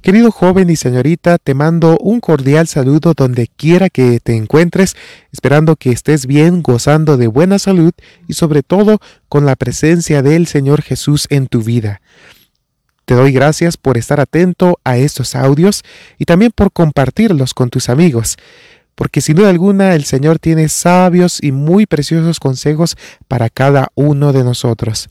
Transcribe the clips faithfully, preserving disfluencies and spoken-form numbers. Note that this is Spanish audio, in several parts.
Querido joven y señorita, te mando un cordial saludo donde quiera que te encuentres, esperando que estés bien, gozando de buena salud y sobre todo con la presencia del Señor Jesús en tu vida. Te doy gracias por estar atento a estos audios y también por compartirlos con tus amigos, porque sin duda alguna el Señor tiene sabios y muy preciosos consejos para cada uno de nosotros.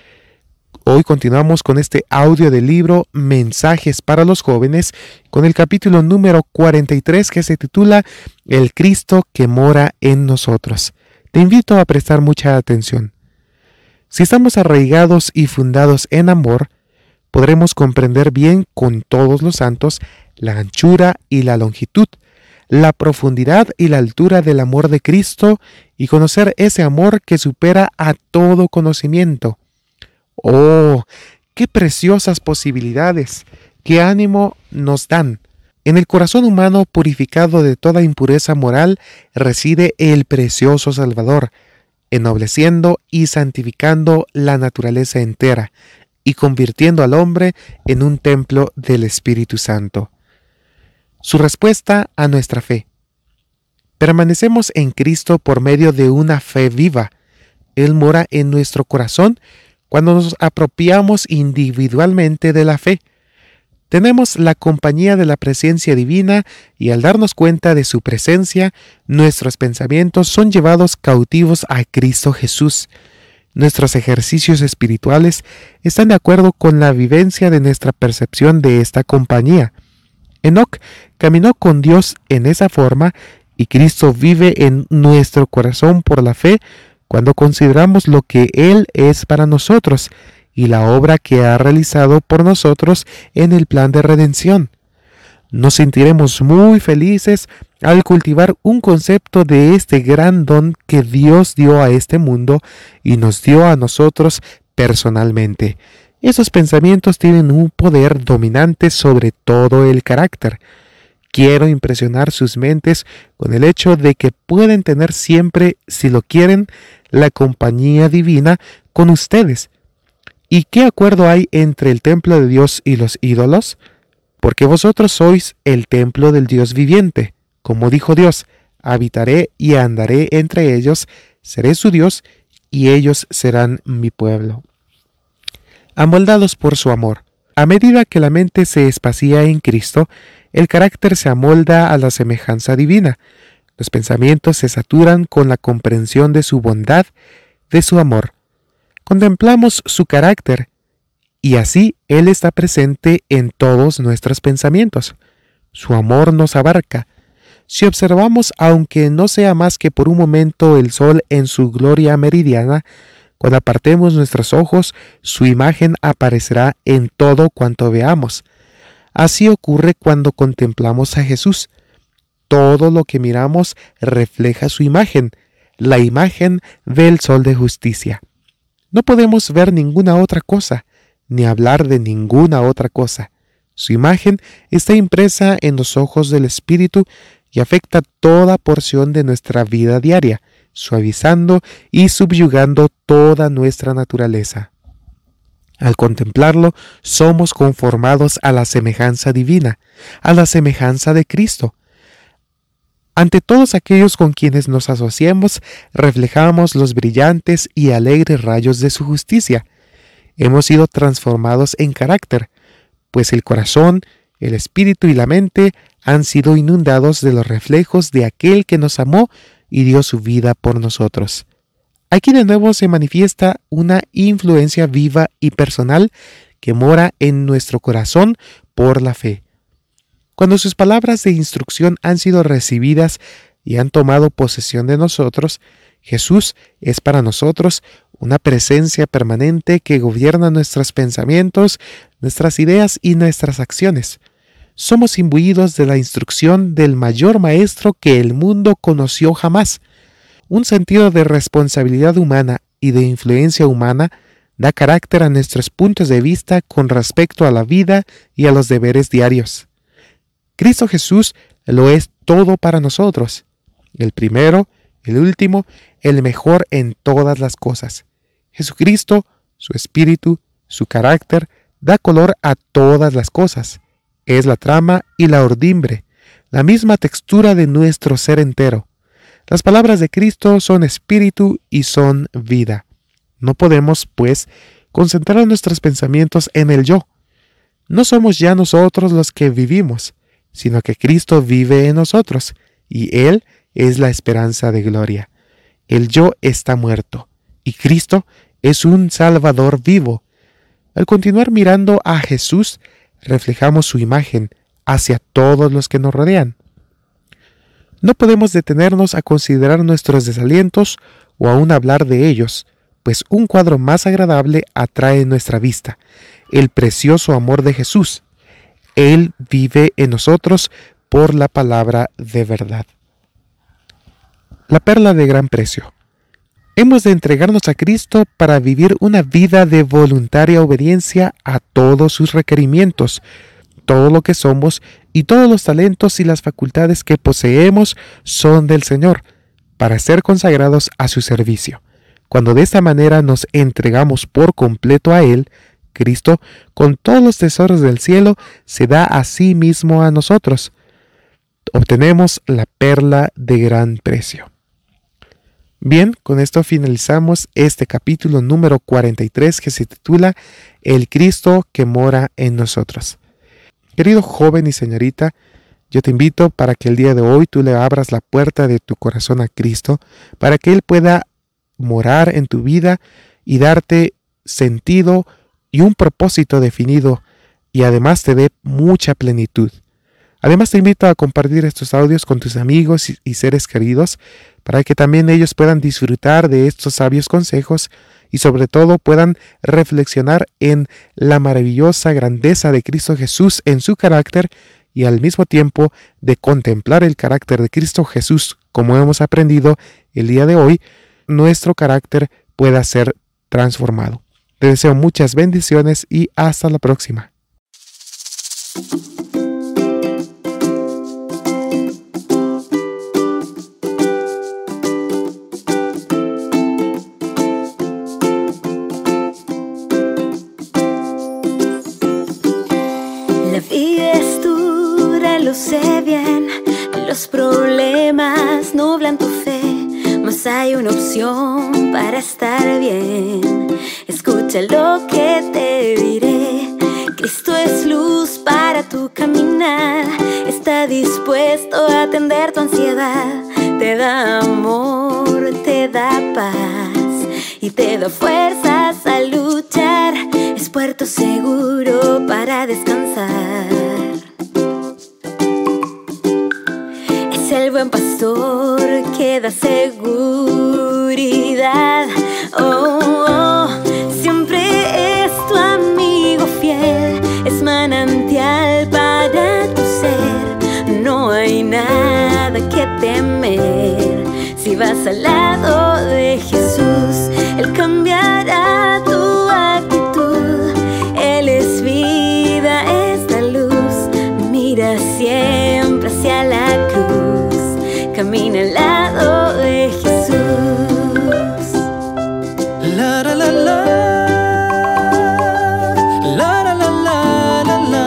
Hoy continuamos con este audio del libro Mensajes para los Jóvenes, con el capítulo número cuarenta y tres que se titula El Cristo que mora en nosotros. Te invito a prestar mucha atención. Si estamos arraigados y fundados en amor, podremos comprender bien con todos los santos la anchura y la longitud, la profundidad y la altura del amor de Cristo y conocer ese amor que supera a todo conocimiento. ¡Oh, qué preciosas posibilidades! ¡Qué ánimo nos dan! En el corazón humano purificado de toda impureza moral reside el precioso Salvador, ennobleciendo y santificando la naturaleza entera y convirtiendo al hombre en un templo del Espíritu Santo. Su respuesta a nuestra fe. Permanecemos en Cristo por medio de una fe viva. Él mora en nuestro corazón cuando nos apropiamos individualmente de la fe. Tenemos la compañía de la presencia divina y al darnos cuenta de su presencia, nuestros pensamientos son llevados cautivos a Cristo Jesús. Nuestros ejercicios espirituales están de acuerdo con la vivencia de nuestra percepción de esta compañía. Enoc caminó con Dios en esa forma y Cristo vive en nuestro corazón por la fe cuando consideramos lo que Él es para nosotros y la obra que ha realizado por nosotros en el plan de redención. Nos sentiremos muy felices al cultivar un concepto de este gran don que Dios dio a este mundo y nos dio a nosotros personalmente. Esos pensamientos tienen un poder dominante sobre todo el carácter. Quiero impresionar sus mentes con el hecho de que pueden tener siempre, si lo quieren, la compañía divina con ustedes. ¿Y qué acuerdo hay entre el templo de Dios y los ídolos? Porque vosotros sois el templo del Dios viviente. Como dijo Dios, habitaré y andaré entre ellos, seré su Dios y ellos serán mi pueblo. Amoldados por su amor. A medida que la mente se espacía en Cristo, el carácter se amolda a la semejanza divina. Los pensamientos se saturan con la comprensión de su bondad, de su amor. Contemplamos su carácter, y así Él está presente en todos nuestros pensamientos. Su amor nos abarca. Si observamos, aunque no sea más que por un momento, el sol en su gloria meridiana, cuando apartemos nuestros ojos, su imagen aparecerá en todo cuanto veamos. Así ocurre cuando contemplamos a Jesús. Todo lo que miramos refleja su imagen, la imagen del sol de justicia. No podemos ver ninguna otra cosa, ni hablar de ninguna otra cosa. Su imagen está impresa en los ojos del Espíritu y afecta toda porción de nuestra vida diaria, suavizando y subyugando toda nuestra naturaleza. Al contemplarlo, somos conformados a la semejanza divina, a la semejanza de Cristo. Ante todos aquellos con quienes nos asociemos, reflejamos los brillantes y alegres rayos de su justicia. Hemos sido transformados en carácter, pues el corazón, el espíritu y la mente han sido inundados de los reflejos de aquel que nos amó y dio su vida por nosotros. Aquí de nuevo se manifiesta una influencia viva y personal que mora en nuestro corazón por la fe. Cuando sus palabras de instrucción han sido recibidas y han tomado posesión de nosotros, Jesús es para nosotros una presencia permanente que gobierna nuestros pensamientos, nuestras ideas y nuestras acciones. Somos imbuidos de la instrucción del mayor maestro que el mundo conoció jamás. Un sentido de responsabilidad humana y de influencia humana da carácter a nuestros puntos de vista con respecto a la vida y a los deberes diarios. Cristo Jesús lo es todo para nosotros, el primero, el último, el mejor en todas las cosas. Jesucristo, su espíritu, su carácter, da color a todas las cosas. Es la trama y la urdimbre, la misma textura de nuestro ser entero. Las palabras de Cristo son espíritu y son vida. No podemos, pues, concentrar nuestros pensamientos en el yo. No somos ya nosotros los que vivimos, sino que Cristo vive en nosotros, y Él es la esperanza de gloria. El yo está muerto, y Cristo es un Salvador vivo. Al continuar mirando a Jesús, reflejamos su imagen hacia todos los que nos rodean. No podemos detenernos a considerar nuestros desalientos o aún hablar de ellos, pues un cuadro más agradable atrae nuestra vista, el precioso amor de Jesús. Él vive en nosotros por la palabra de verdad. La perla de gran precio. Hemos de entregarnos a Cristo para vivir una vida de voluntaria obediencia a todos sus requerimientos. Todo lo que somos y todos los talentos y las facultades que poseemos son del Señor, para ser consagrados a su servicio. Cuando de esta manera nos entregamos por completo a Él, Cristo, con todos los tesoros del cielo, se da a sí mismo a nosotros. Obtenemos la perla de gran precio. Bien, con esto finalizamos este capítulo número cuarenta y tres que se titula El Cristo que mora en nosotros. Querido joven y señorita, yo te invito para que el día de hoy tú le abras la puerta de tu corazón a Cristo, para que Él pueda morar en tu vida y darte sentido y un propósito definido, y además te dé mucha plenitud. Además te invito a compartir estos audios con tus amigos y, y seres queridos, para que también ellos puedan disfrutar de estos sabios consejos y sobre todo puedan reflexionar en la maravillosa grandeza de Cristo Jesús en su carácter, y al mismo tiempo de contemplar el carácter de Cristo Jesús, como hemos aprendido el día de hoy, nuestro carácter pueda ser transformado. Te deseo muchas bendiciones y hasta la próxima. La vida es dura, lo sé bien. Los problemas nublan tu fe, mas hay una opción para estar bien. Escucha lo que te diré. Cristo es luz para tu caminar. Está dispuesto a atender tu ansiedad. Te da amor, te da paz y te da fuerzas a luchar. Es puerto seguro para descansar. Es el buen pastor que da seguridad. Oh, oh, siempre es tu amigo fiel. Es manantial para tu ser. No hay nada que temer. Si vas al lado de Jesús, Él cambiará tu actitud. Él es vida, es la luz. Mira siempre hacia la cruz. Camina al lado de Jesús. La la la la. La la la la la la.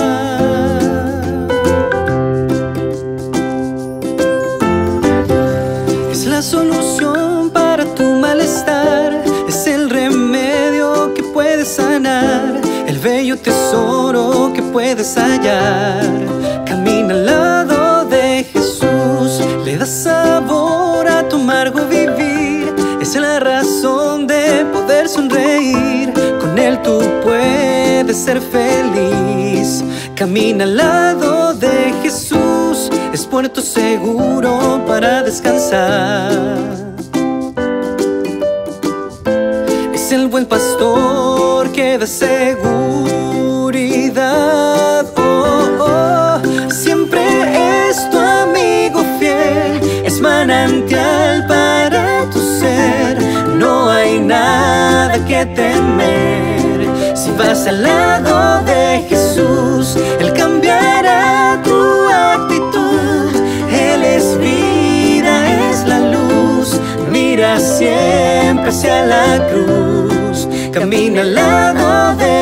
Es la solución para tu malestar. Es el remedio que puede sanar. El bello tesoro que puedes hallar. Camina al lado de Jesús. Le da sabor a tu amargo vivir. Es la razón de poder sonreír. Con Él tú puedes ser feliz. Camina al lado de Jesús. Es puerto seguro para descansar. Es el buen pastor que da seguridad. Oh, oh, siempre es tu amigo fiel. Es manantial para tu ser. No hay nada que temer. Si vas al lado de Jesús, Él cambiará tu actitud. Él es vida, es la luz. Mira siempre hacia la cruz. Camina al lado de